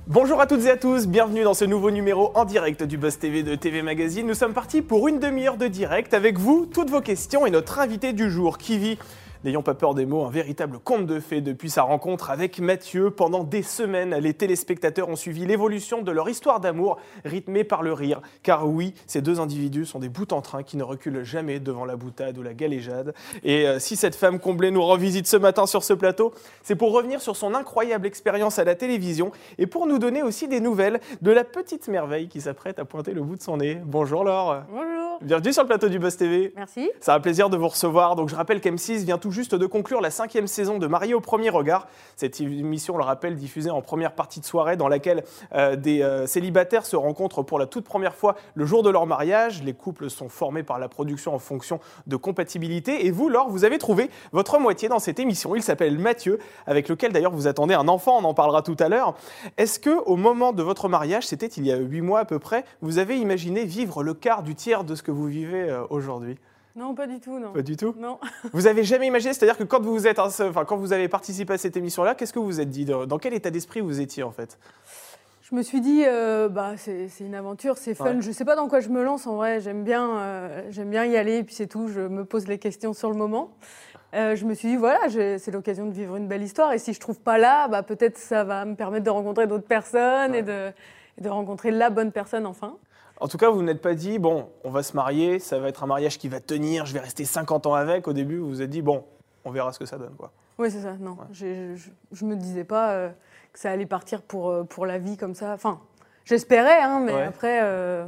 Bonjour à toutes et à tous, bienvenue dans ce nouveau numéro en direct du Buzz TV de TV Magazine. Nous sommes partis pour une demi-heure de direct avec vous, toutes vos questions et notre invité du jour qui vit, n'ayons pas peur des mots, un véritable conte de fées depuis sa rencontre avec Mathieu. Pendant des semaines, les téléspectateurs ont suivi l'évolution de leur histoire d'amour, rythmée par le rire. Car oui, ces deux individus sont des bouts en train qui ne reculent jamais devant la boutade ou la galéjade. Et si cette femme comblée nous revisite ce matin sur ce plateau, c'est pour revenir sur son incroyable expérience à la télévision et pour nous donner aussi des nouvelles de la petite merveille qui s'apprête à pointer le bout de son nez. Bonjour Laure. Bonjour. Bienvenue sur le plateau du Buzz TV. Merci. Ça a un plaisir de vous recevoir. Donc je rappelle qu'M6 vient tout juste de conclure la 5e saison de Mariés au premier regard. Cette émission, on le rappelle, diffusée en première partie de soirée dans laquelle des célibataires se rencontrent pour la toute première fois le jour de leur mariage. Les couples sont formés par la production en fonction de compatibilité. Et vous, Laure, vous avez trouvé votre moitié dans cette émission. Il s'appelle Mathieu, avec lequel d'ailleurs vous attendez un enfant, on en parlera tout à l'heure. Est-ce qu'au moment de votre mariage, c'était il y a 8 mois à peu près, vous avez imaginé vivre le quart du tiers de ce que vous vivez aujourd'hui ? Non, pas du tout, non. Pas du tout ? Non. Vous avez jamais imaginé, c'est-à-dire que quand vous avez participé à cette émission-là, qu'est-ce que vous vous êtes dit ? Dans quel état d'esprit vous étiez en fait ? Je me suis dit, c'est une aventure, c'est fun. Ouais. Je sais pas dans quoi je me lance en vrai. J'aime bien y aller et puis c'est tout. Je me pose les questions sur le moment. Je me suis dit, voilà, c'est l'occasion de vivre une belle histoire. Et si je trouve pas là, peut-être ça va me permettre de rencontrer d'autres personnes et de rencontrer la bonne personne enfin. En tout cas, vous n'êtes pas dit, bon, on va se marier, ça va être un mariage qui va tenir, je vais rester 50 ans avec. Au début, vous vous êtes dit, bon, on verra ce que ça donne, quoi. Oui, c'est ça, non. Ouais. Je me disais pas que ça allait partir pour la vie comme ça. Enfin, j'espérais, mais Ouais. après,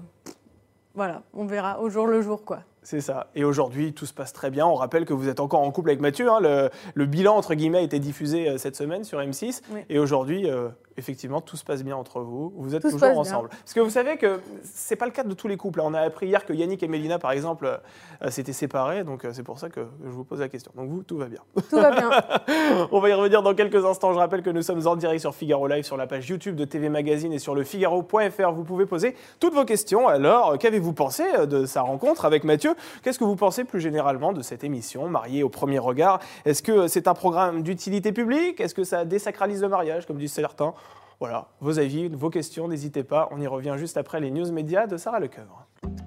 voilà, on verra au jour le jour, quoi. C'est ça. Et aujourd'hui, tout se passe très bien. On rappelle que vous êtes encore en couple avec Mathieu. Le bilan, entre guillemets, a été diffusé cette semaine sur M6. Oui. Et aujourd'hui, effectivement, tout se passe bien entre vous. Vous êtes Tout se toujours passe ensemble. Parce que vous savez que c'est pas le cas de tous les couples. On a appris hier que Yannick et Mélina, par exemple, s'étaient séparés. Donc, c'est pour ça que je vous pose la question. Donc, vous, tout va bien. Tout va bien. On va y revenir dans quelques instants. Je rappelle que nous sommes en direct sur Figaro Live, sur la page YouTube de TV Magazine et sur le Figaro.fr. Vous pouvez poser toutes vos questions. Alors, qu'avez-vous pensé de sa rencontre avec Mathieu ? Qu'est-ce que vous pensez plus généralement de cette émission, Mariés au premier regard ? Est-ce que c'est un programme d'utilité publique ? Est-ce que ça désacralise le mariage, comme disent certains ? Voilà, vos avis, vos questions, n'hésitez pas. On y revient juste après les news médias de Sarah Lecoeuvre.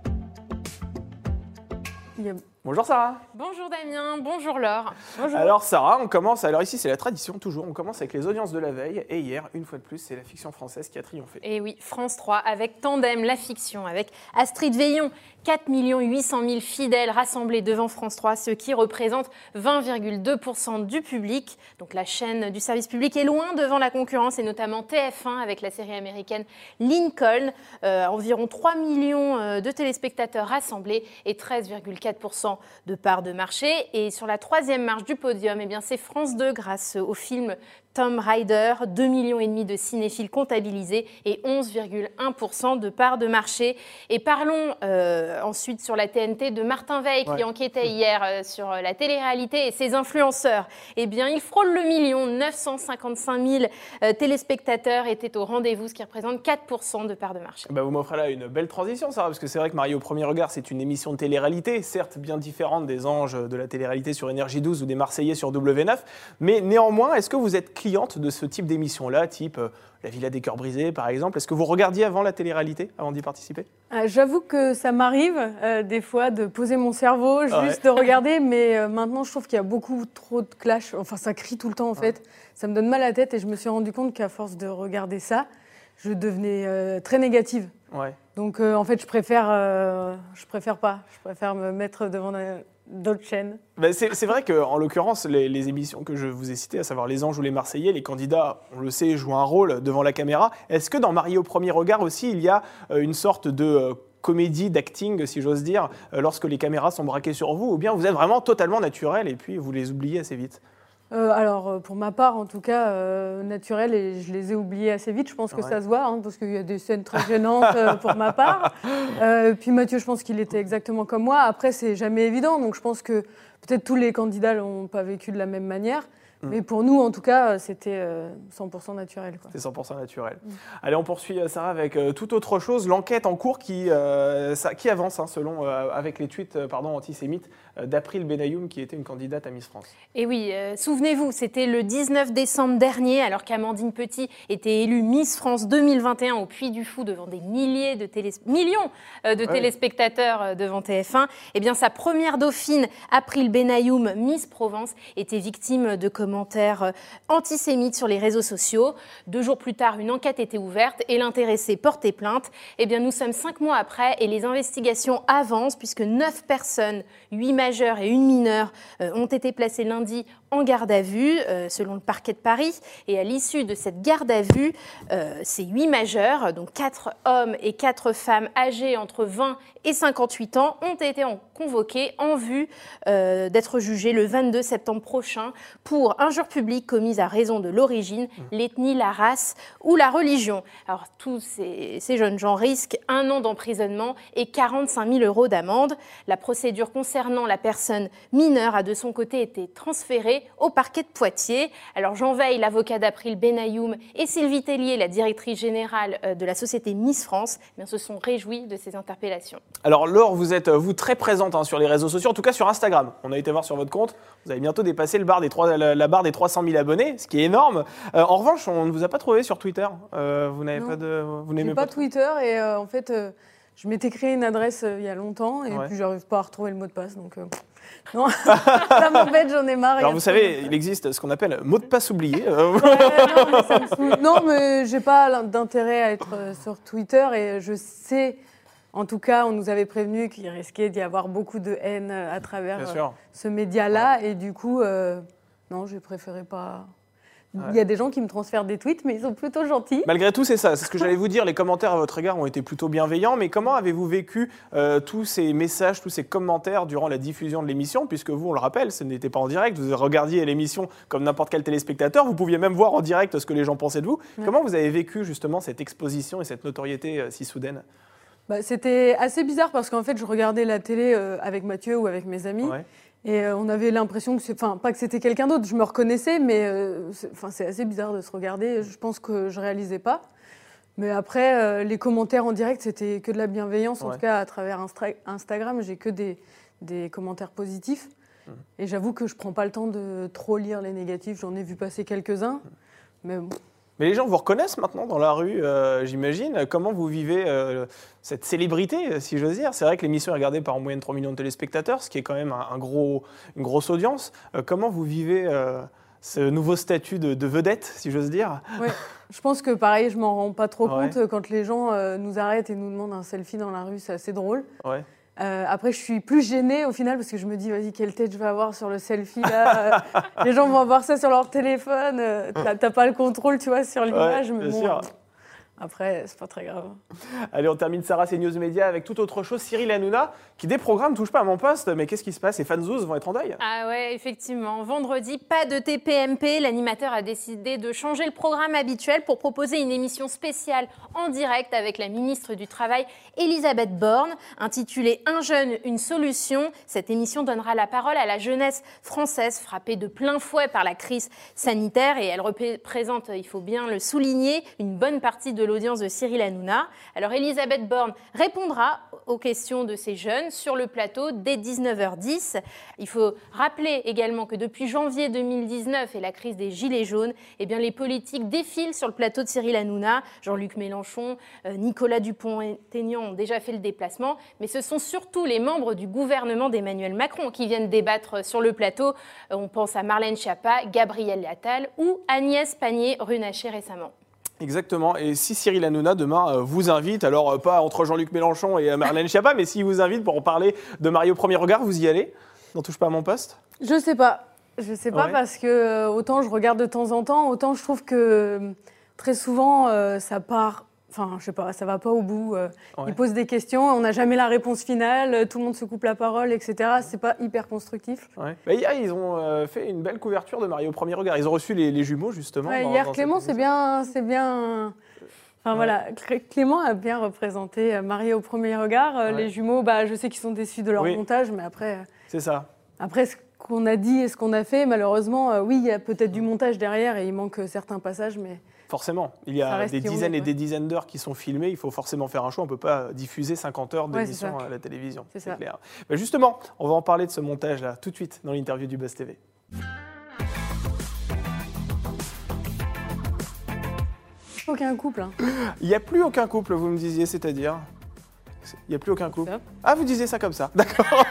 Bonjour Sarah. Bonjour Damien, bonjour Laure. Bonjour. Alors Sarah, on commence, alors ici c'est la tradition toujours, on commence avec les audiences de la veille et hier, une fois de plus, c'est la fiction française qui a triomphé. Et oui, France 3 avec Tandem, la fiction, avec Astrid Veillon, 4 800 000 fidèles rassemblés devant France 3, ce qui représente 20,2% du public. Donc la chaîne du service public est loin devant la concurrence et notamment TF1 avec la série américaine Lincoln. Environ 3 millions de téléspectateurs rassemblés et 13,4% de part de marché. Et sur la troisième marche du podium, c'est France 2 grâce au film Tomb Raider, 2,5 millions de cinéphiles comptabilisés et 11,1% de part de marché. Et parlons ensuite sur la TNT de Martin Veil qui enquêtait hier sur la télé-réalité et ses influenceurs. Il frôle le million, 955 000 téléspectateurs étaient au rendez-vous, ce qui représente 4% de part de marché. Vous m'offrez là une belle transition Sarah, parce que c'est vrai que Mariés au premier regard, c'est une émission de télé-réalité, certes bien différente des Anges de la télé-réalité sur Énergie 12 ou des Marseillais sur W9, mais néanmoins, est-ce que vous êtes cliente de ce type d'émission-là, type La Villa des Cœurs Brisés, par exemple ? Est-ce que vous regardiez avant la télé-réalité, avant d'y participer ? J'avoue que ça m'arrive des fois de poser mon cerveau, juste de regarder, mais maintenant je trouve qu'il y a beaucoup trop de clash. Enfin, ça crie tout le temps en fait. Ça me donne mal à la tête et je me suis rendu compte qu'à force de regarder ça, je devenais très négative. Ouais. Donc en fait, je préfère pas. Je préfère me mettre devant d'autres chaînes. C'est vrai qu'en l'occurrence, les émissions que je vous ai citées, à savoir Les Anges ou Les Marseillais, les candidats, on le sait, jouent un rôle devant la caméra. Est-ce que dans Mariés au premier regard aussi, il y a une sorte de comédie, d'acting, si j'ose dire, lorsque les caméras sont braquées sur vous, ou bien vous êtes vraiment totalement naturel et puis vous les oubliez assez vite ? Pour ma part, en tout cas, naturel, et je les ai oubliés assez vite. Je pense que ça se voit, parce qu'il y a des scènes très gênantes pour ma part. Puis Mathieu, je pense qu'il était exactement comme moi. Après, c'est jamais évident, donc je pense que peut-être tous les candidats l'ont pas vécu de la même manière. Mais pour nous, en tout cas, c'était 100% naturel, quoi. C'est 100% naturel. Allez, on poursuit, Sarah, avec toute autre chose. L'enquête en cours qui avance, selon, avec les tweets antisémites d'April Benayoum qui était une candidate à Miss France. Et oui, souvenez-vous, c'était le 19 décembre dernier, alors qu'Amandine Petit était élue Miss France 2021 au Puy du Fou devant des millions de téléspectateurs devant TF1. Eh bien, sa première dauphine, April Benayoum, Miss Provence, était victime de commentaires antisémites sur les réseaux sociaux. 2 jours plus tard, une enquête était ouverte et l'intéressée portait plainte. Eh bien, nous sommes 5 mois après et les investigations avancent puisque 9 personnes, 8 majeurs et 1 mineure, ont été placées lundi en garde à vue, selon le parquet de Paris. Et à l'issue de cette garde à vue, ces 8 majeurs, donc 4 hommes et 4 femmes âgées entre 20 et 58 ans, ont été convoqués en vue d'être jugés le 22 septembre prochain pour injures publiques commises à raison de l'origine, l'ethnie, la race ou la religion. Alors tous ces jeunes gens risquent 1 an d'emprisonnement et 45 000 € d'amende. La procédure concernant la personne mineure a de son côté été transférée au parquet de Poitiers. Alors Jean Veil, l'avocat d'April Benayoum, et Sylvie Tellier, la directrice générale de la société Miss France, se sont réjouis de ces interpellations. Alors Laure, vous êtes très présente sur les réseaux sociaux, en tout cas sur Instagram. On a été voir sur votre compte, vous avez bientôt dépassé la barre des 300 000 abonnés, ce qui est énorme. En revanche, on ne vous a pas trouvé sur Twitter. Vous n'avez pas de... Vous n'aimez pas Twitter et en fait, je m'étais créé une adresse il y a longtemps et puis j'arrive pas à retrouver le mot de passe. Donc non, ça m'embête, j'en ai marre. Alors vous savez, il existe ce qu'on appelle mot de passe oublié. Non, mais j'ai pas d'intérêt à être sur Twitter et je sais... En tout cas, on nous avait prévenu qu'il risquait d'y avoir beaucoup de haine à travers ce média-là. Ouais. Et du coup, non, je préférais pas... Ouais. Il y a des gens qui me transfèrent des tweets, mais ils sont plutôt gentils. Malgré tout, c'est ça. C'est ce que j'allais vous dire. Les commentaires à votre égard ont été plutôt bienveillants. Mais comment avez-vous vécu tous ces messages, tous ces commentaires durant la diffusion de l'émission ? Puisque vous, on le rappelle, ce n'était pas en direct. Vous regardiez l'émission comme n'importe quel téléspectateur. Vous pouviez même voir en direct ce que les gens pensaient de vous. Ouais. Comment vous avez vécu justement cette exposition et cette notoriété si soudaine ? C'était assez bizarre parce qu'en fait, je regardais la télé avec Mathieu ou avec mes amis. Ouais. Et on avait l'impression que pas que c'était quelqu'un d'autre, je me reconnaissais, mais c'est assez bizarre de se regarder. Je pense que je réalisais pas. Mais après, les commentaires en direct, c'était que de la bienveillance. En tout cas, à travers Instagram, j'ai que des commentaires positifs. Et j'avoue que je prends pas le temps de trop lire les négatifs. J'en ai vu passer quelques-uns, mais bon. Mais les gens vous reconnaissent maintenant dans la rue, j'imagine. Comment vous vivez cette célébrité, si j'ose dire ? C'est vrai que l'émission est regardée par en moyenne 3 millions de téléspectateurs, ce qui est quand même une grosse audience. Comment vous vivez ce nouveau statut de vedette, si j'ose dire ? Oui, je pense que pareil, je m'en rends pas trop compte. Quand les gens nous arrêtent et nous demandent un selfie dans la rue, c'est assez drôle. Ouais. Après, je suis plus gênée au final parce que je me dis, vas-y, quelle tête je vais avoir sur le selfie là. Les gens vont avoir ça sur leur téléphone. T'as pas le contrôle, tu vois, sur l'image. Mais bon, après, c'est pas très grave. Allez, on termine Sarah, c'est News Média avec toute autre chose. Cyril Hanouna, qui des programmes touche pas à mon poste, mais qu'est-ce qui se passe ? Les fanzous vont être en deuil ? Ah ouais, effectivement. Vendredi, pas de TPMP. L'animateur a décidé de changer le programme habituel pour proposer une émission spéciale en direct avec la ministre du Travail, Elisabeth Borne, intitulée « Un jeune, une solution ». Cette émission donnera la parole à la jeunesse française frappée de plein fouet par la crise sanitaire et elle représente, il faut bien le souligner, une bonne partie de l'audience de Cyril Hanouna. Alors Elisabeth Borne répondra aux questions de ces jeunes sur le plateau dès 19h10. Il faut rappeler également que depuis janvier 2019 et la crise des Gilets jaunes, eh bien les politiques défilent sur le plateau de Cyril Hanouna. Jean-Luc Mélenchon, Nicolas Dupont-Aignan ont déjà fait le déplacement, mais ce sont surtout les membres du gouvernement d'Emmanuel Macron qui viennent débattre sur le plateau. On pense à Marlène Schiappa, Gabriel Attal ou Agnès Pannier-Runacher récemment. Exactement. Et si Cyril Hanouna demain vous invite, alors pas entre Jean-Luc Mélenchon et Marlène Schiappa, mais s'il vous invite pour parler de Mario Premier Regard, vous y allez ? N'en touche pas à mon poste ? Je sais pas. Je sais pas parce que autant je regarde de temps en temps, autant je trouve que très souvent ça part. Enfin, je sais pas, ça va pas au bout. Ils posent des questions, on n'a jamais la réponse finale, tout le monde se coupe la parole, etc. C'est pas hyper constructif. Ouais. Bah, hier, ils ont fait une belle couverture de Mario Premier Regard. Ils ont reçu les jumeaux, justement. Ouais, hier, Clément, c'est bien. Enfin voilà, Clément a bien représenté Mario au Premier Regard. Les jumeaux, je sais qu'ils sont déçus de leur montage, mais après. C'est ça. Après, ce qu'on a dit et ce qu'on a fait, malheureusement, oui, il y a peut-être du montage derrière et il manque certains passages, mais. Forcément, il y a des dizaines et des dizaines d'heures qui sont filmées, il faut forcément faire un choix, on ne peut pas diffuser 50 heures d'émission à la télévision, c'est clair. Mais justement, on va en parler de ce montage-là tout de suite dans l'interview du Buzz TV. Aucun couple. Hein. Il n'y a plus aucun couple, vous me disiez, c'est-à-dire ? Il n'y a plus aucun couple. Ah, vous disiez ça comme ça, d'accord.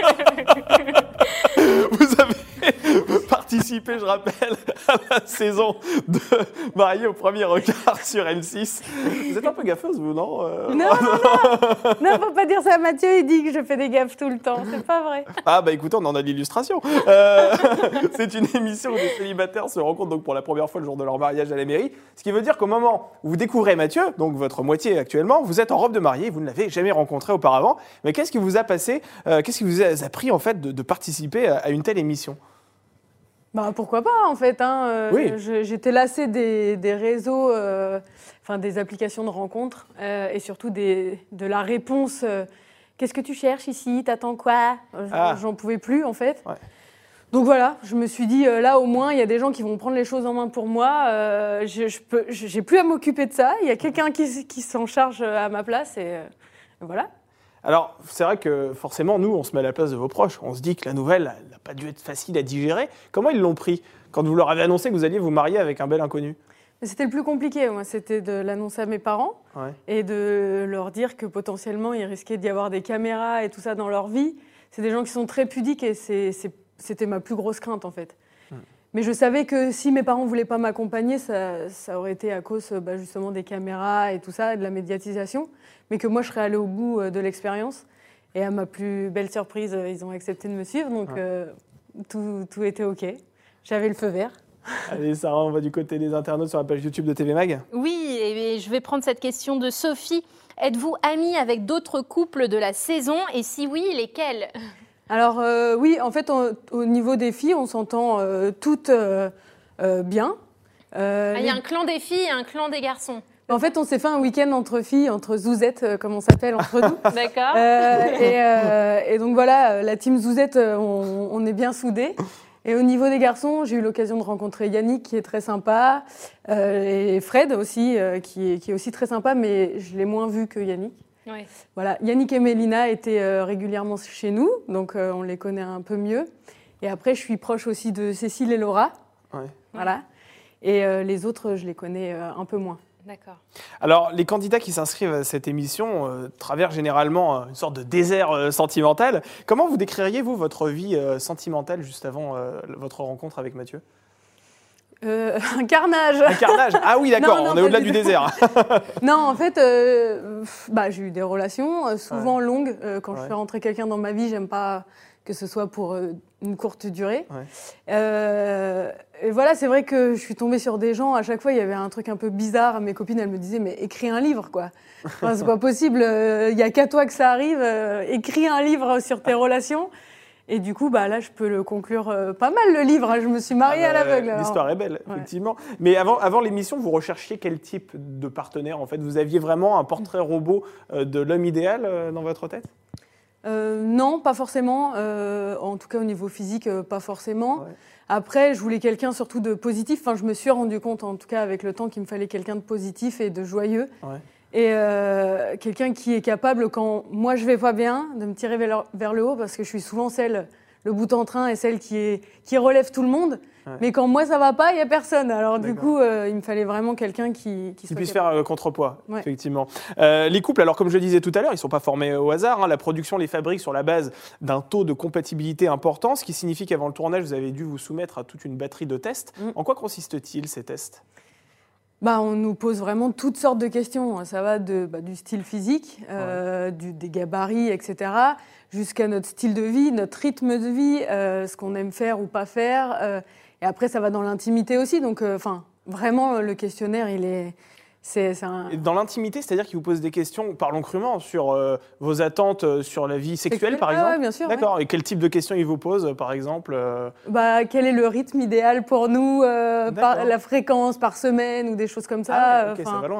Vous avez participé, je rappelle, à la saison de Mariés au premier regard sur M6. Vous êtes un peu gaffeuse, vous, non Non, faut pas dire ça. Mathieu, il dit que je fais des gaffes tout le temps. C'est pas vrai. Ah, bah écoutez, on en a l'illustration. C'est une émission où les célibataires se rencontrent donc pour la première fois le jour de leur mariage à la mairie. Ce qui veut dire qu'au moment où vous découvrez Mathieu, donc votre moitié actuellement, vous êtes en robe de mariée, vous ne l'avez jamais rencontré auparavant. Mais qu'est-ce qui vous a passé, qu'est-ce qui vous a pris en fait de participer à une telle émission ? Bah pourquoi pas en fait. Oui. J'étais lassée des réseaux, des applications de rencontres et surtout de la réponse. Qu'est-ce que tu cherches ici ? T'attends quoi ? J'en pouvais plus en fait. Ouais. Donc voilà, je me suis dit là au moins il y a des gens qui vont prendre les choses en main pour moi. J'ai plus à m'occuper de ça. Il y a quelqu'un qui s'en charge à ma place et voilà. Alors, c'est vrai que forcément, nous, on se met à la place de vos proches. On se dit que la nouvelle n'a pas dû être facile à digérer. Comment ils l'ont pris quand vous leur avez annoncé que vous alliez vous marier avec un bel inconnu ? C'était le plus compliqué, moi. C'était de l'annoncer à mes parents et de leur dire que potentiellement, il risquait d'y avoir des caméras et tout ça dans leur vie. C'est des gens qui sont très pudiques et c'était ma plus grosse crainte, en fait. Mais je savais que si mes parents ne voulaient pas m'accompagner, ça aurait été à cause justement des caméras et tout ça, et de la médiatisation. Mais que moi, je serais allée au bout de l'expérience. Et à ma plus belle surprise, ils ont accepté de me suivre. Donc, tout était OK. J'avais le feu vert. Allez, Sarah, on va du côté des internautes sur la page YouTube de TV Mag. Oui, et je vais prendre cette question de Sophie. Êtes-vous amie avec d'autres couples de la saison? Et si oui, lesquels? Alors oui, en fait, au niveau des filles, on s'entend toutes bien. Il y a un clan des filles et un clan des garçons. En fait, on s'est fait un week-end entre filles, entre zouzettes, comme on s'appelle entre nous. D'accord. Et donc voilà, la team zouzette, on est bien soudés. Et au niveau des garçons, j'ai eu l'occasion de rencontrer Yannick, qui est très sympa, et Fred aussi, qui est aussi très sympa, mais je l'ai moins vu que Yannick. Oui. Voilà, Yannick et Mélina étaient régulièrement chez nous, donc on les connaît un peu mieux. Et après, je suis proche aussi de Cécile et Laura. Ouais. Voilà. Et les autres, je les connais un peu moins. D'accord. Alors, les candidats qui s'inscrivent à cette émission traversent généralement une sorte de désert sentimental. Comment vous décririez, vous, votre vie sentimentale juste avant votre rencontre avec Mathieu ? Un carnage. Un carnage ? Ah oui, d'accord, on est au-delà du désert. Non, en fait, j'ai eu des relations souvent longues. Quand je fais rentrer quelqu'un dans ma vie, j'aime pas que ce soit pour une courte durée. Ouais. Et voilà, c'est vrai que je suis tombée sur des gens, à chaque fois, il y avait un truc un peu bizarre. Mes copines, elles me disaient, mais écris un livre, quoi. Enfin, c'est pas possible, il n'y a qu'à toi que ça arrive. Écris un livre sur tes relations. Et du coup, là, je peux le conclure pas mal, le livre. Hein. Je me suis mariée à l'aveugle. L'histoire est belle, effectivement. Mais avant l'émission, vous recherchiez quel type de partenaire, en fait ? Vous aviez vraiment un portrait robot de l'homme idéal dans votre tête ? Non, pas forcément. En tout cas, au niveau physique, pas forcément. Ouais. Après, je voulais quelqu'un surtout de positif. Enfin, je me suis rendu compte, en tout cas avec le temps, qu'il me fallait quelqu'un de positif et de joyeux. Ouais. Et quelqu'un qui est capable, quand moi je vais pas bien, de me tirer vers le haut, parce que je suis souvent le bout en train et celle qui relève tout le monde. Ouais. Mais quand moi ça va pas, il y a personne. Alors du coup, il me fallait vraiment quelqu'un qui puisse faire contrepoids, effectivement. Les couples, alors comme je le disais tout à l'heure, ils sont pas formés au hasard. Hein. La production les fabrique sur la base d'un taux de compatibilité important, ce qui signifie qu'avant le tournage, vous avez dû vous soumettre à toute une batterie de tests. En quoi consistent-ils ces tests ? On nous pose vraiment toutes sortes de questions. Ça va du style physique, des gabarits, etc., jusqu'à notre style de vie, notre rythme de vie, ce qu'on aime faire ou pas faire. Et après, ça va dans l'intimité aussi. Donc, vraiment, le questionnaire, c'est un... Et dans l'intimité, c'est-à-dire qu'il vous pose des questions, parlons crûment, sur vos attentes sur la vie sexuelle, par exemple. Oui, bien sûr. D'accord. Ouais. Et quel type de questions il vous pose, par exemple Quel est le rythme idéal pour nous, la fréquence par semaine ou des choses comme ça. Ok, ça va loin.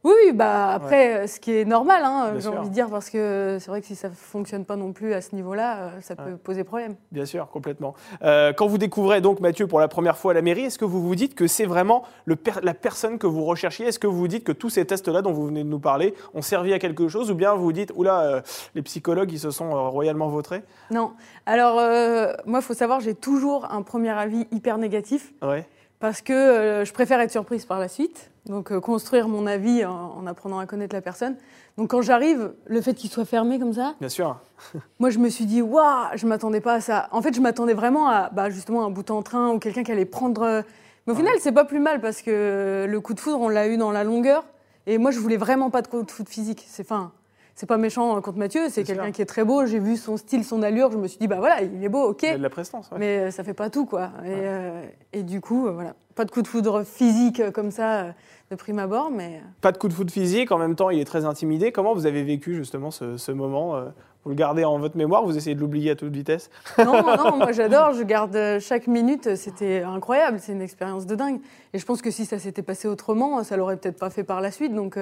Oui, bah après, ce qui est normal, hein, Bien j'ai sûr. envie de dire, parce que c'est vrai que si ça ne fonctionne pas non plus à ce niveau-là, ça peut poser problème. Bien sûr, complètement. Quand vous découvrez donc Mathieu pour la première fois à la mairie, est-ce que vous vous dites que c'est vraiment la personne que vous recherchiez? Est-ce que vous vous dites que tous ces tests-là dont vous venez de nous parler ont servi à quelque chose? Ou bien vous vous dites, oula, les psychologues, ils se sont royalement vautrés? Non. Alors, moi, il faut savoir, j'ai toujours un premier avis hyper négatif, Ouais, parce que je préfère être surprise par la suite, donc construire mon avis en apprenant à connaître la personne. Donc quand j'arrive, le fait qu'il soit fermé comme ça, bien sûr. moi je me suis dit, waouh, je ne m'attendais pas à ça. En fait, je m'attendais vraiment à justement un bout en train ou quelqu'un qui allait prendre... Mais au final, c'est pas plus mal, parce que le coup de foudre, on l'a eu dans la longueur, et moi je voulais vraiment pas de coup de foudre physique. C'est pas méchant contre Mathieu, c'est Bien quelqu'un sûr. qui est très beau, j'ai vu son style, son allure, je me suis dit, bah voilà, il est beau, ok. Il y a de la prestance. Ouais. Mais ça fait pas tout, quoi. Et du coup, voilà. Pas de coup de foudre physique comme ça, de prime abord, mais... Pas de coup de foudre physique, en même temps, il est très intimidé. Comment vous avez vécu justement ce moment? Vous le gardez en votre mémoire, vous essayez de l'oublier à toute vitesse? Non, moi j'adore, je garde chaque minute, c'était incroyable, c'est une expérience de dingue. Et je pense que si ça s'était passé autrement, ça l'aurait peut-être pas fait par la suite. Donc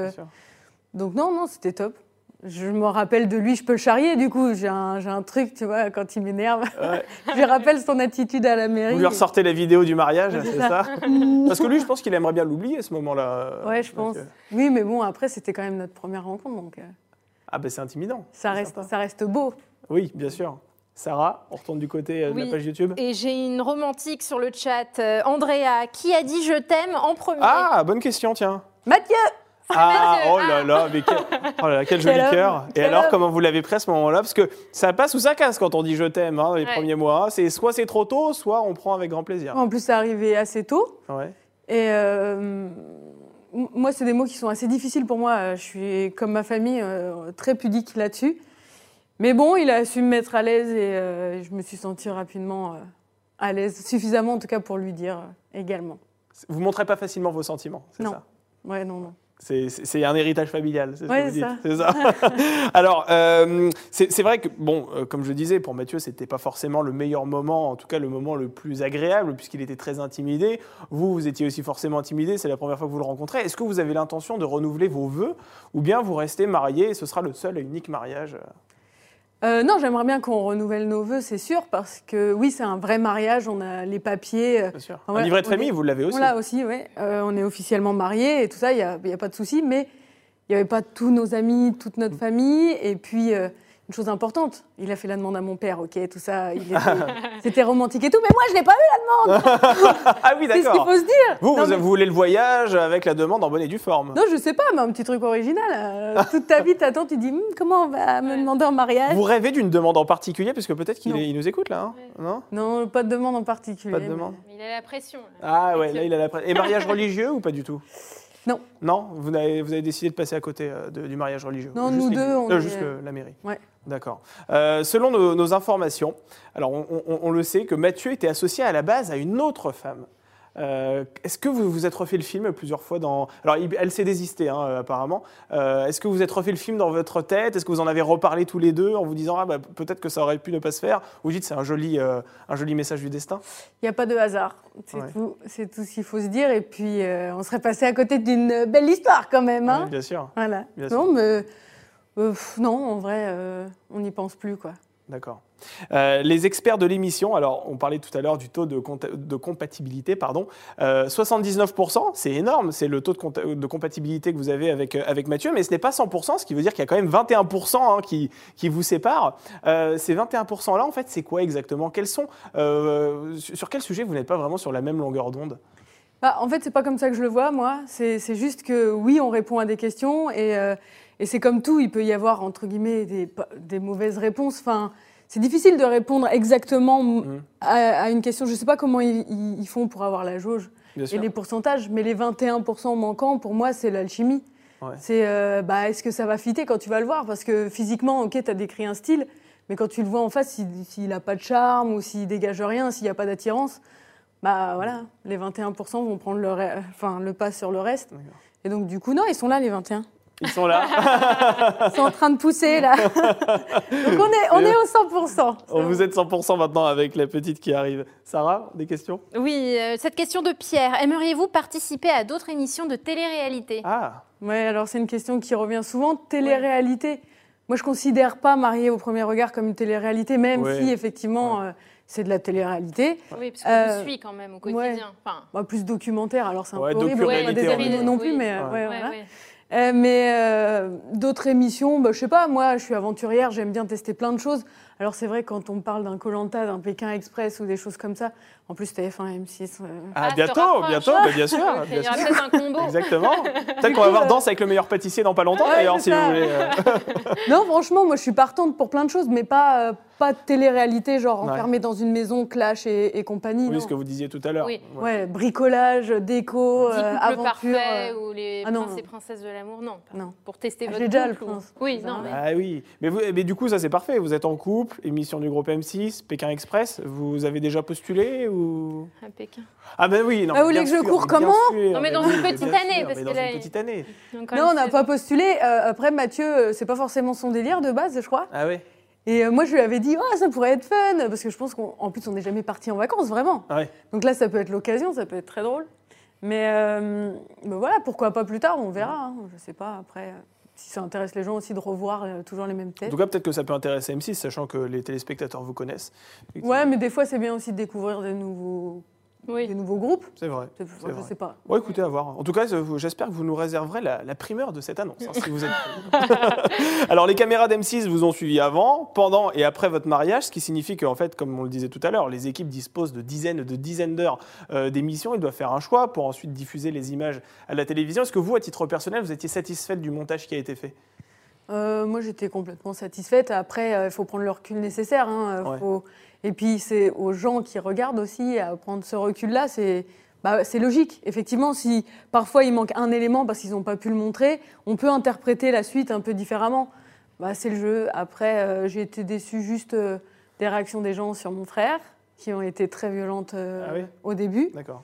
non, c'était top. Je me rappelle de lui, je peux le charrier du coup, j'ai un truc, tu vois, quand il m'énerve. Ouais. Je lui rappelle son attitude à la mairie. Vous lui ressortez la vidéo du mariage, Ouais, c'est c'est ça? Parce que lui, je pense qu'il aimerait bien l'oublier, ce moment-là. Ouais, je pense. Oui, mais bon, après, c'était quand même notre première rencontre, donc Ah ben c'est intimidant. ça C'est sympa. reste beau. Oui, bien sûr. Sarah, on retourne du côté de Oui. la page YouTube. Et j'ai une romantique sur le chat, Andrea, qui a dit je t'aime en premier. Ah, bonne question, tiens. Mathieu! Ah, Mathieu, oh là là, mais quel joli Quel homme, cœur. Et quel alors, homme. comment vous l'avez pris à ce moment-là? Parce que ça passe ou ça casse quand on dit je t'aime, hein, les Ouais. premiers mois. C'est soit c'est trop tôt, soit on prend avec grand plaisir. En plus, c'est arrivé assez tôt. Ouais. Et moi, c'est des mots qui sont assez difficiles pour moi. Je suis, comme ma famille, très pudique là-dessus. Mais bon, il a su me mettre à l'aise et je me suis sentie rapidement à l'aise, suffisamment en tout cas pour lui dire également. Vous montrez pas facilement vos sentiments, c'est Non. ça? Ouais, non. C'est un héritage familial, c'est ce Ouais, que vous dites. ça. C'est ça. Alors, c'est vrai que, bon, comme je disais, pour Mathieu, c'était pas forcément le meilleur moment, en tout cas le moment le plus agréable, puisqu'il était très intimidé. Vous étiez aussi forcément intimidé, c'est la première fois que vous le rencontrez. Est-ce que vous avez l'intention de renouveler vos vœux, ou bien vous restez marié et ce sera le seul et unique mariage? Non, j'aimerais bien qu'on renouvelle nos vœux, c'est sûr, parce que oui, c'est un vrai mariage, on a les papiers. Bien sûr. Voilà, Un livret de on famille, est- vous l'avez aussi. On l'a aussi, oui. On est officiellement mariés et tout ça, il n'y a pas de souci, mais il n'y avait pas tous nos amis, toute notre famille. Et puis, une chose importante, il a fait la demande à mon père, ok, tout ça, c'était romantique et tout, mais moi, je ne l'ai pas eu la demande. Ah oui, C'est ce qu'il d'accord. faut se dire. Vous, Non, vous mais- voulez le voyage avec la demande en bonne et due forme. Non, je sais pas, mais un petit truc original. Toute ta vie, t'attends, tu dis, comment on va me demander en mariage? Vous rêvez d'une demande en particulier, parce que peut-être qu'il Non. il nous écoute là, hein, non? Non, pas de demande en particulier. Pas de demande. Mais il a la pression. là. Ah ouais, là il a la Et mariage religieux ou pas du tout? Non. Non, vous avez décidé de passer à côté du mariage religieux. Non, Juste nous l'église. deux, on est- juste la mairie. Ouais. D'accord. Selon nos informations, alors on le sait que Mathieu était associé à la base à une autre femme. Est-ce que vous vous êtes refait le film plusieurs fois dans... Alors, elle s'est désistée, hein, apparemment. Est-ce que vous êtes refait le film dans votre tête? Est-ce que vous en avez reparlé tous les deux en vous disant peut-être que ça aurait pu ne pas se faire? Ou vous dites c'est un joli message du destin? Il n'y a pas de hasard, Ouais. c'est tout ce qu'il faut se dire. Et puis, on serait passé à côté d'une belle histoire quand même. Hein. Oui, bien sûr. Voilà. Bien Non, mais non, en vrai, on n'y pense plus, quoi. D'accord. Les experts de l'émission, alors on parlait tout à l'heure du taux de compatibilité, pardon, 79%, c'est énorme, c'est le taux de compatibilité que vous avez avec Mathieu, mais ce n'est pas 100%, ce qui veut dire qu'il y a quand même 21% hein, qui vous séparent. Ces 21%-là, en fait, c'est quoi exactement? Sur quel sujet vous n'êtes pas vraiment sur la même longueur d'onde? En fait, c'est pas comme ça que je le vois, moi. C'est juste que, oui, on répond à des questions et c'est comme tout, il peut y avoir, entre guillemets, des mauvaises réponses. Enfin, c'est difficile de répondre exactement à une question. Je ne sais pas comment ils font pour avoir la jauge Bien et sûr. les pourcentages, mais les 21% manquants, pour moi, c'est l'alchimie. Ouais. C'est, est-ce que ça va fitter quand tu vas le voir? Parce que physiquement, ok, tu as décrit un style, mais quand tu le vois en face, s'il n'a pas de charme ou s'il dégage rien, s'il n'y a pas d'attirance, voilà, les 21% vont prendre le pas sur le reste. D'accord. Et donc, du coup, non, ils sont là, les 21. Ils sont là. Ils sont en train de pousser, là. Donc, on est au 100%. Vous êtes 100% maintenant avec la petite qui arrive. Sarah, des questions? Oui, cette question de Pierre. Aimeriez-vous participer à d'autres émissions de télé-réalité? Ah, Ouais, alors c'est une question qui revient souvent. Télé-réalité. Moi, je ne considère pas Mariée au premier regard comme une télé-réalité, même Ouais. si, effectivement, c'est de la télé-réalité. Oui, parce qu'on vous suit quand même au quotidien. ouais. Enfin, Bah, plus documentaire, alors c'est un Ouais, peu horrible, docu-réalité, pas des on animaux va non dire. plus, Oui. mais Ouais. voilà. ouais. Mais d'autres émissions, bah, je sais pas, moi je suis aventurière, j'aime bien tester plein de choses. Alors c'est vrai quand on parle d'un Koh-Lanta, d'un Pékin Express ou des choses comme ça, en plus TF1, M6... Ah, se bientôt, rapproche. bah, bien sûr. Il y bien aura sûr. peut-être un combo. Exactement. Peut-être qu'on va avoir Danse avec le meilleur pâtissier dans pas longtemps, Ouais, d'ailleurs, c'est si vous ça. voulez. Non, franchement, moi je suis partante pour plein de choses, mais pas de télé-réalité, genre Ouais. enfermée dans une maison, clash et compagnie. Oui, non. ce que vous disiez tout à l'heure. Oui. Ouais, bricolage, déco, 10 couples aventure. parfaits ou les Ah non. princes et princesses de l'amour, non. Non. Pour tester Ah, votre j'ai déjà couple. le prince. Oui, Ça non, va. mais Ah oui, mais du coup ça c'est parfait, vous êtes en couple, émission du groupe M6, Pékin Express, vous avez déjà postulé ou... à Pékin. Ah ben oui, non. Ah, vous mais voulez bien que je sûr, cours mais bien comment sûr, Non, mais dans oui, une mais petite bien année, sûr, parce mais que dans là, une petite année. Donc, Non, on n'a pas postulé. Après, Mathieu, c'est pas forcément son délire de base, je crois. Ah ouais. Et moi, je lui avais dit, oh, ça pourrait être fun, parce que je pense qu'en plus, on n'est jamais parti en vacances, vraiment. Ah ouais. Donc là, ça peut être l'occasion, ça peut être très drôle. Mais voilà, pourquoi pas plus tard, on verra. Hein. Je sais pas, après, si ça intéresse les gens aussi de revoir toujours les mêmes En têtes. tout cas, peut-être que ça peut intéresser M6, sachant que les téléspectateurs vous connaissent. Ouais, mais des fois, c'est bien aussi de découvrir des nouveaux groupes. C'est vrai. Je vrai. sais pas. Bon, écoutez, à voir. En tout cas, j'espère que vous nous réserverez la primeur de cette annonce, hein, si vous êtes... Alors, les caméras d'M6 vous ont suivi avant, pendant et après votre mariage, ce qui signifie qu'en fait, comme on le disait tout à l'heure, les équipes disposent de dizaines d'heures d'émissions. Ils doivent faire un choix pour ensuite diffuser les images à la télévision. Est-ce que vous, à titre personnel, vous étiez satisfaite du montage qui a été fait? Moi, j'étais complètement satisfaite. Après, il faut prendre le recul nécessaire. Hein. Ouais. Et puis, c'est aux gens qui regardent aussi à prendre ce recul-là. C'est logique. Effectivement, si parfois il manque un élément parce qu'ils n'ont pas pu le montrer, on peut interpréter la suite un peu différemment. C'est le jeu. Après, j'ai été déçue juste des réactions des gens sur mon frère, qui ont été très violentes Ah oui. au début. D'accord.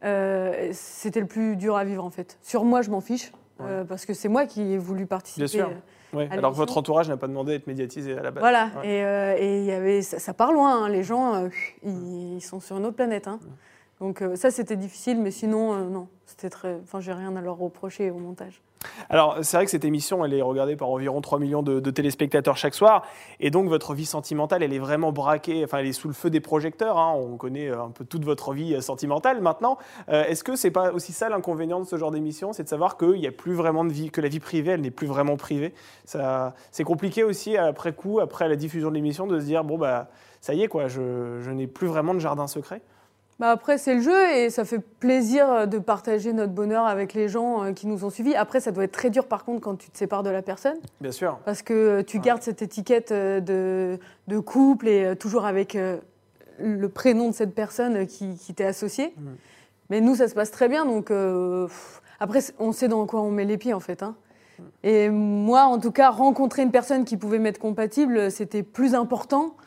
C'était le plus dur à vivre, en fait. Sur moi, je m'en fiche. Parce que c'est moi qui ai voulu participer. Bien sûr. Ouais. à Alors que votre l'émission. entourage n'a pas demandé d'être médiatisé à la base. Voilà, Ouais. et il y avait, ça part loin, hein. Les gens, ils sont sur une autre planète. Hein. Donc ça, c'était difficile, mais sinon, non, c'était j'ai rien à leur reprocher au montage. Alors, c'est vrai que cette émission, elle est regardée par environ 3 millions de téléspectateurs chaque soir. Et donc, votre vie sentimentale, elle est vraiment braquée, enfin, elle est sous le feu des projecteurs. Hein. On connaît un peu toute votre vie sentimentale maintenant. Est-ce que c'est pas aussi ça l'inconvénient de ce genre d'émission? C'est de savoir qu'il n'y a plus vraiment de vie, que la vie privée, elle n'est plus vraiment privée. C'est compliqué aussi, après coup, après la diffusion de l'émission, de se dire, bon, bah, ça y est, quoi, je n'ai plus vraiment de jardin secret. Après, c'est le jeu et ça fait plaisir de partager notre bonheur avec les gens qui nous ont suivis. Après, ça doit être très dur, par contre, quand tu te sépares de la personne. Bien sûr. Parce que tu gardes cette étiquette de couple et toujours avec le prénom de cette personne qui t'est associée. Mais nous, ça se passe très bien. Donc, après, on sait dans quoi on met les pieds, en fait. Hein. Et moi, en tout cas, rencontrer une personne qui pouvait m'être compatible, c'était plus important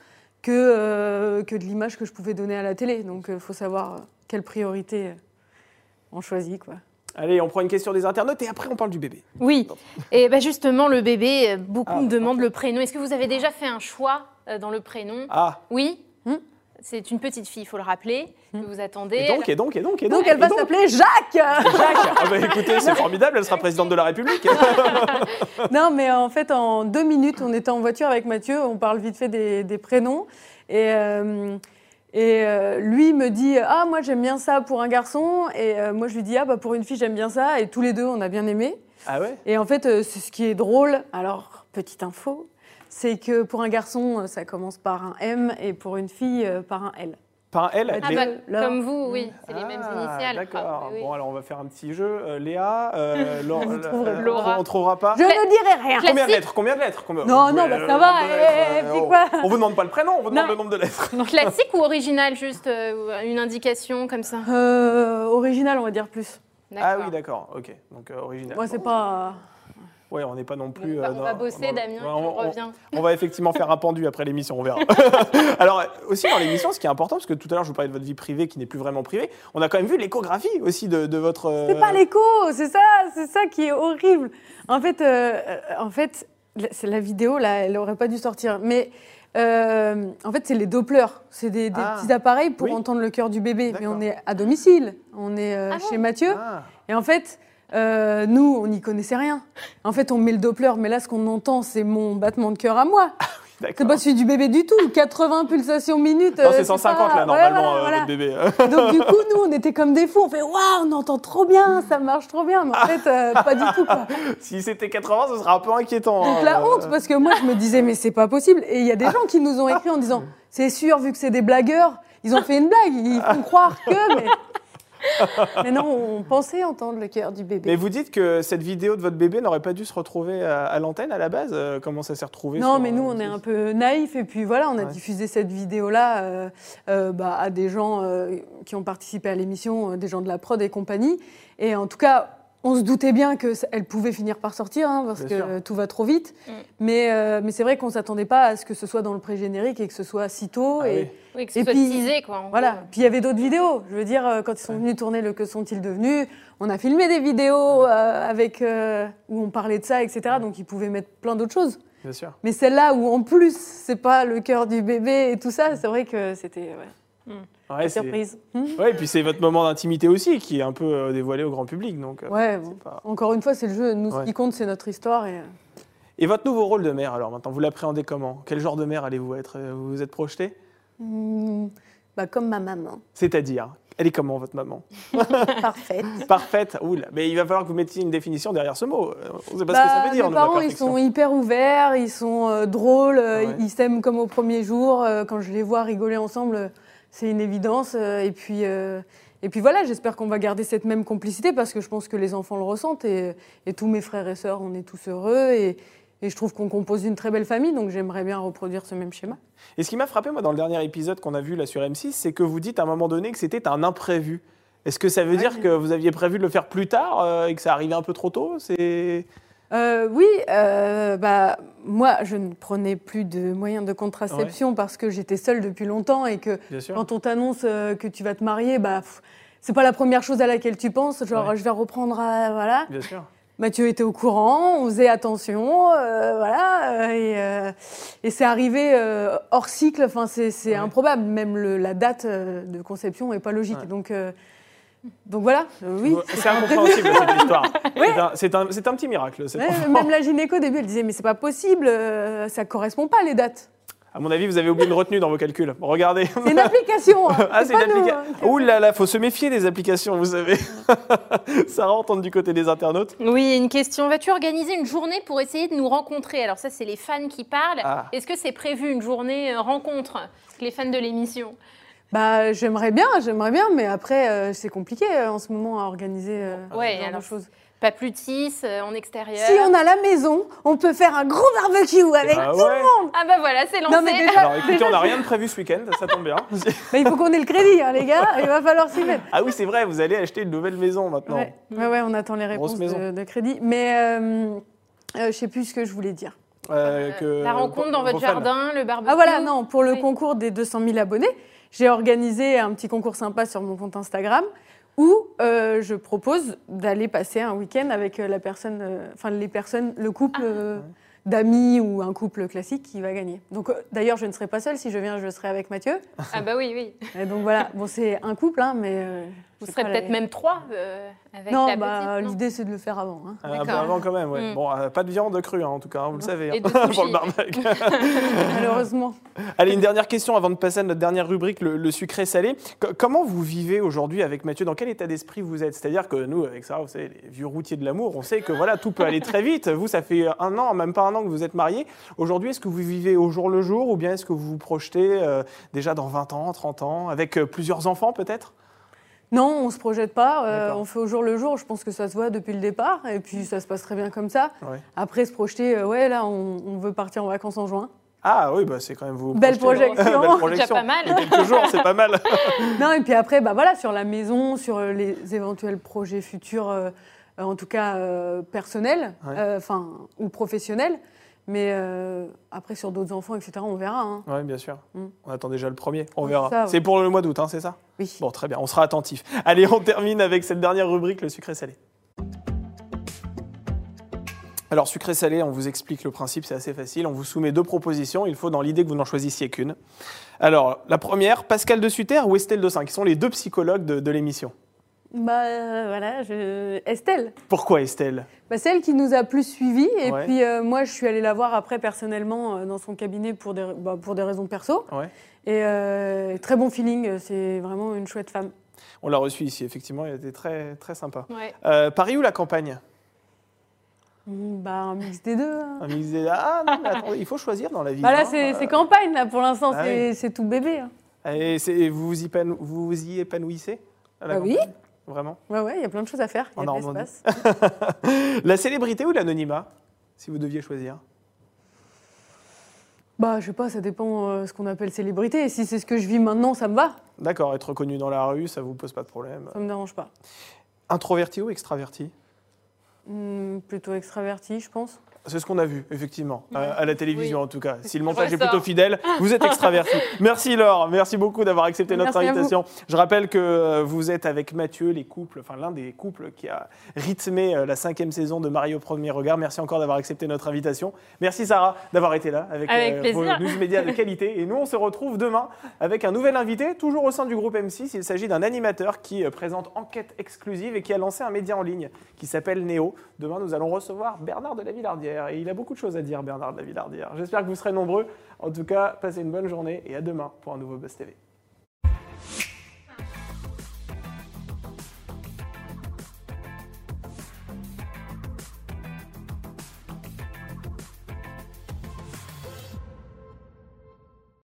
que de l'image que je pouvais donner à la télé. Donc, il faut savoir quelle priorité on choisit, quoi. Allez, on prend une question des internautes et après, on parle du bébé. Oui, et justement, le bébé, beaucoup me demandent le prénom. Est-ce que vous avez déjà fait un choix dans le prénom? Ah. Oui. C'est une petite fille, il faut le rappeler, que vous attendez. Et donc, elle va s'appeler Jacques. Jacques. Ah bah écoutez, c'est formidable, elle sera présidente de la République. Non, mais en fait, en 2 minutes, on était en voiture avec Mathieu, on parle vite fait des prénoms. Et lui me dit « Ah, moi, j'aime bien ça pour un garçon. » Et moi, je lui dis « Ah, pour une fille, j'aime bien ça. » Et tous les deux, on a bien aimé. Ah ouais? Et en fait, c'est ce qui est drôle. Alors, petite info, c'est que pour un garçon, ça commence par un M et pour une fille, par un L. Par un L? Comme vous, oui, c'est les mêmes initiales. D'accord. Oui. Bon, alors on va faire un petit jeu. Léa, Laura. on ne trouvera pas. Je ne dirai rien. Combien de lettres? Non, ça va. Dis quoi? On vous demande pas le prénom, on vous demande le nombre de lettres. Classique ou original, juste une indication comme ça? Original, on va dire plus. Ah oui, d'accord. Ok. Donc original. Moi, c'est pas... Ouais, on n'est pas non plus. On va bosser, Damien, on revient. On va effectivement faire un pendu après l'émission, on verra. Alors, aussi dans l'émission, ce qui est important, parce que tout à l'heure, je vous parlais de votre vie privée qui n'est plus vraiment privée, on a quand même vu l'échographie aussi de votre. C'est pas l'écho, c'est ça qui est horrible. En fait, la vidéo, là, elle aurait pas dû sortir. Mais en fait, c'est les Dopplers. C'est des petits appareils pour entendre le cœur du bébé. D'accord. Mais on est à domicile. On est chez Mathieu. Et en fait, nous, on n'y connaissait rien. En fait, on met le Doppler. Mais là, ce qu'on entend, c'est mon battement de cœur à moi. C'est pas celui du bébé du tout. 80 pulsations minutes. Non, c'est 150 là, normalement, votre bébé. Donc, du coup, nous, on était comme des fous. On fait waouh, on entend trop bien, ça marche trop bien. Mais en fait, pas du tout, quoi. Si c'était 80, ce serait un peu inquiétant. Donc, la honte, parce que moi, je me disais, mais c'est pas possible. Et il y a des gens qui nous ont écrit en disant, c'est sûr, vu que c'est des blagueurs, ils ont fait une blague. Ils font croire que. Mais non, on pensait entendre le cœur du bébé. Mais vous dites que cette vidéo de votre bébé n'aurait pas dû se retrouver à l'antenne à la base. Comment ça s'est retrouvé? Non, mais nous, on est un peu naïfs. Et puis voilà, on a diffusé cette vidéo-là à des gens qui ont participé à l'émission, des gens de la prod et compagnie. Et en tout cas, on se doutait bien qu'elle pouvait finir par sortir, parce que tout va trop vite. Mais c'est vrai qu'on ne s'attendait pas à ce que ce soit dans le pré-générique et que ce soit si tôt. Oui, que ce soit teasé, quoi. Voilà. Puis il y avait d'autres vidéos. Je veux dire, quand ils sont venus tourner le Que sont-ils devenus, on a filmé des vidéos où on parlait de ça, etc. Donc ils pouvaient mettre plein d'autres choses. Bien sûr. Mais celle-là où en plus, c'est pas le cœur du bébé et tout ça, c'est vrai que c'était surprise. Ouais, et puis c'est votre moment d'intimité aussi qui est un peu dévoilé au grand public. Donc, encore une fois, c'est le jeu. Nous, ce qui compte, c'est notre histoire. Et votre nouveau rôle de mère, alors maintenant, vous l'appréhendez comment? Quel genre de mère allez-vous être? Vous vous êtes projetée? Comme ma maman. C'est-à-dire, elle est comment, votre maman? Parfaite. Parfaite. Oula, mais il va falloir que vous mettiez une définition derrière ce mot. On ne sait pas ce que ça veut dire. Mes parents, ils sont hyper ouverts, ils sont drôles, ils s'aiment comme au premier jour. Quand je les vois rigoler ensemble, c'est une évidence. Et puis voilà, j'espère qu'on va garder cette même complicité parce que je pense que les enfants le ressentent et tous mes frères et sœurs, on est tous heureux et je trouve qu'on compose une très belle famille, donc j'aimerais bien reproduire ce même schéma. Et ce qui m'a frappé, moi, dans le dernier épisode qu'on a vu là sur M6, c'est que vous dites à un moment donné que c'était un imprévu. Est-ce que ça veut dire que vous aviez prévu de le faire plus tard et que ça arrivait un peu trop tôt? Oui, moi, je ne prenais plus de moyens de contraception parce que j'étais seule depuis longtemps et que quand on t'annonce que tu vas te marier, c'est pas la première chose à laquelle tu penses, genre je vais reprendre, voilà. Bien sûr. Mathieu était au courant, on faisait attention, et c'est arrivé hors cycle, c'est improbable, même la date de conception n'est pas logique, donc voilà, oui. C'est incompréhensible cette histoire. C'est un petit miracle. Même la gynéco au début, elle disait mais c'est pas possible, ça correspond pas les dates. À mon avis, vous avez oublié une retenue dans vos calculs. Regardez. C'est une application. C'est une application. Ouh là là, faut se méfier des applications, vous savez. Sarah, on tente du côté des internautes. Oui, une question. Vas-tu organiser une journée pour essayer de nous rencontrer? Alors ça, c'est les fans qui parlent. Est-ce que c'est prévu une journée rencontre avec les fans de l'émission? J'aimerais bien, mais après, c'est compliqué en ce moment à organiser ce genre de choses. Pas plus de 6 en extérieur. Si on a la maison, on peut faire un gros barbecue avec tout le monde. Ah voilà, c'est lancé. Non, mais alors écoutez, on n'a rien de prévu ce week-end, ça tombe bien. Il faut qu'on ait le crédit, les gars, il va falloir s'y mettre. Ah oui, c'est vrai, vous allez acheter une nouvelle maison maintenant. Ouais, on attend les réponses de crédit. Mais je ne sais plus ce que je voulais dire. La rencontre dans votre jardin, le barbecue. Ah voilà, non, pour le concours des 200 000 abonnés, j'ai organisé un petit concours sympa sur mon compte Instagram où je propose d'aller passer un week-end avec le couple d'amis ou un couple classique qui va gagner. Donc d'ailleurs, je ne serai pas seule. Si je viens, je serai avec Mathieu. Ah oui. Et donc voilà, bon, c'est un couple, mais... Vous serez peut-être même 3 avec la petite, non, l'idée, c'est de le faire avant. Avant quand même, ouais. Bon, pas de viande crue, en tout cas, vous le savez. Et de pour le barbecue. Malheureusement. Allez, une dernière question avant de passer à notre dernière rubrique, le sucré-salé. Comment vous vivez aujourd'hui avec Mathieu? Dans quel état d'esprit vous êtes? C'est-à-dire que nous, avec ça, vous savez, les vieux routiers de l'amour, on sait que voilà, tout peut aller très vite. Vous, ça fait un an, même pas un an que vous êtes mariés. Aujourd'hui, est-ce que vous vivez au jour le jour ou bien est-ce que vous vous projetez déjà dans 20 ans, 30 ans, avec plusieurs enfants peut-être? Non, on ne se projette pas, on fait au jour le jour, je pense que ça se voit depuis le départ, et puis ça se passe très bien comme ça. Après, se projeter, là, on veut partir en vacances en juin. Ah oui, c'est quand même vous. Belle projection. C'est déjà pas mal. Quelques jours, c'est pas mal. Non, et puis après, sur la maison, sur les éventuels projets futurs en tout cas personnel, ou professionnel. Mais après, sur d'autres enfants, etc., on verra. Hein. Oui, bien sûr. On attend déjà le premier, on Ouais, verra. ça, ouais. C'est pour le mois d'août, hein, c'est ça? Oui. Bon, très bien, on sera attentif. Allez, on termine avec cette dernière rubrique, le sucré-salé. Alors, sucré-salé, on vous explique le principe, c'est assez facile. On vous soumet 2 propositions, il faut dans l'idée que vous n'en choisissiez qu'une. Alors, la première, Pascal de Sutter ou Estelle Dossin, qui sont les 2 psychologues de l'émission. Voilà, Estelle. Pourquoi Estelle? C'est elle qui nous a plus suivis. Et Ouais. puis, moi, je suis allée la voir après personnellement dans son cabinet pour des raisons perso. Ouais. Et très bon feeling, c'est vraiment une chouette femme. On l'a reçue ici, effectivement, elle était très, très sympa. Ouais. Paris ou la campagne? Un mix des deux. Hein. Un mix des- Ah non, mais attendez, il faut choisir dans la vie. Là, hein. c'est campagne, là, pour l'instant, Ah c'est tout bébé. Hein. Et vous vous y épanouissez à la Oui. campagne? Vraiment? Ouais, il y a plein de choses à faire. Il y a En de Normandie. l'espace. La célébrité ou l'anonymat, si vous deviez choisir? Je sais pas, ça dépend ce qu'on appelle célébrité. Et si c'est ce que je vis maintenant, ça me va. D'accord, être reconnu dans la rue, ça vous pose pas de problème. Ça me dérange pas. Introverti ou extraverti? Plutôt extraverti, je pense. C'est ce qu'on a vu, effectivement, à la télévision Oui. en tout cas. Si le montage est Ressort. plutôt fidèle, vous êtes extraverti. Merci Laure, merci beaucoup d'avoir accepté notre Merci à vous. invitation. Je rappelle que vous êtes avec Mathieu, l'un des couples qui a rythmé la 5e saison de Marie au premier regard. Merci encore d'avoir accepté notre invitation. Merci Sarah d'avoir été là avec vos plaisir. news médias de qualité. Et nous, on se retrouve demain avec un nouvel invité, toujours au sein du groupe M6. Il s'agit d'un animateur qui présente Enquête exclusive et qui a lancé un média en ligne qui s'appelle Néo. Demain, nous allons recevoir Bernard de la Villardière. Et il a beaucoup de choses à dire, Bernard de la Villardière. J'espère que vous serez nombreux. En tout cas, passez une bonne journée et à demain pour un nouveau Buzz TV.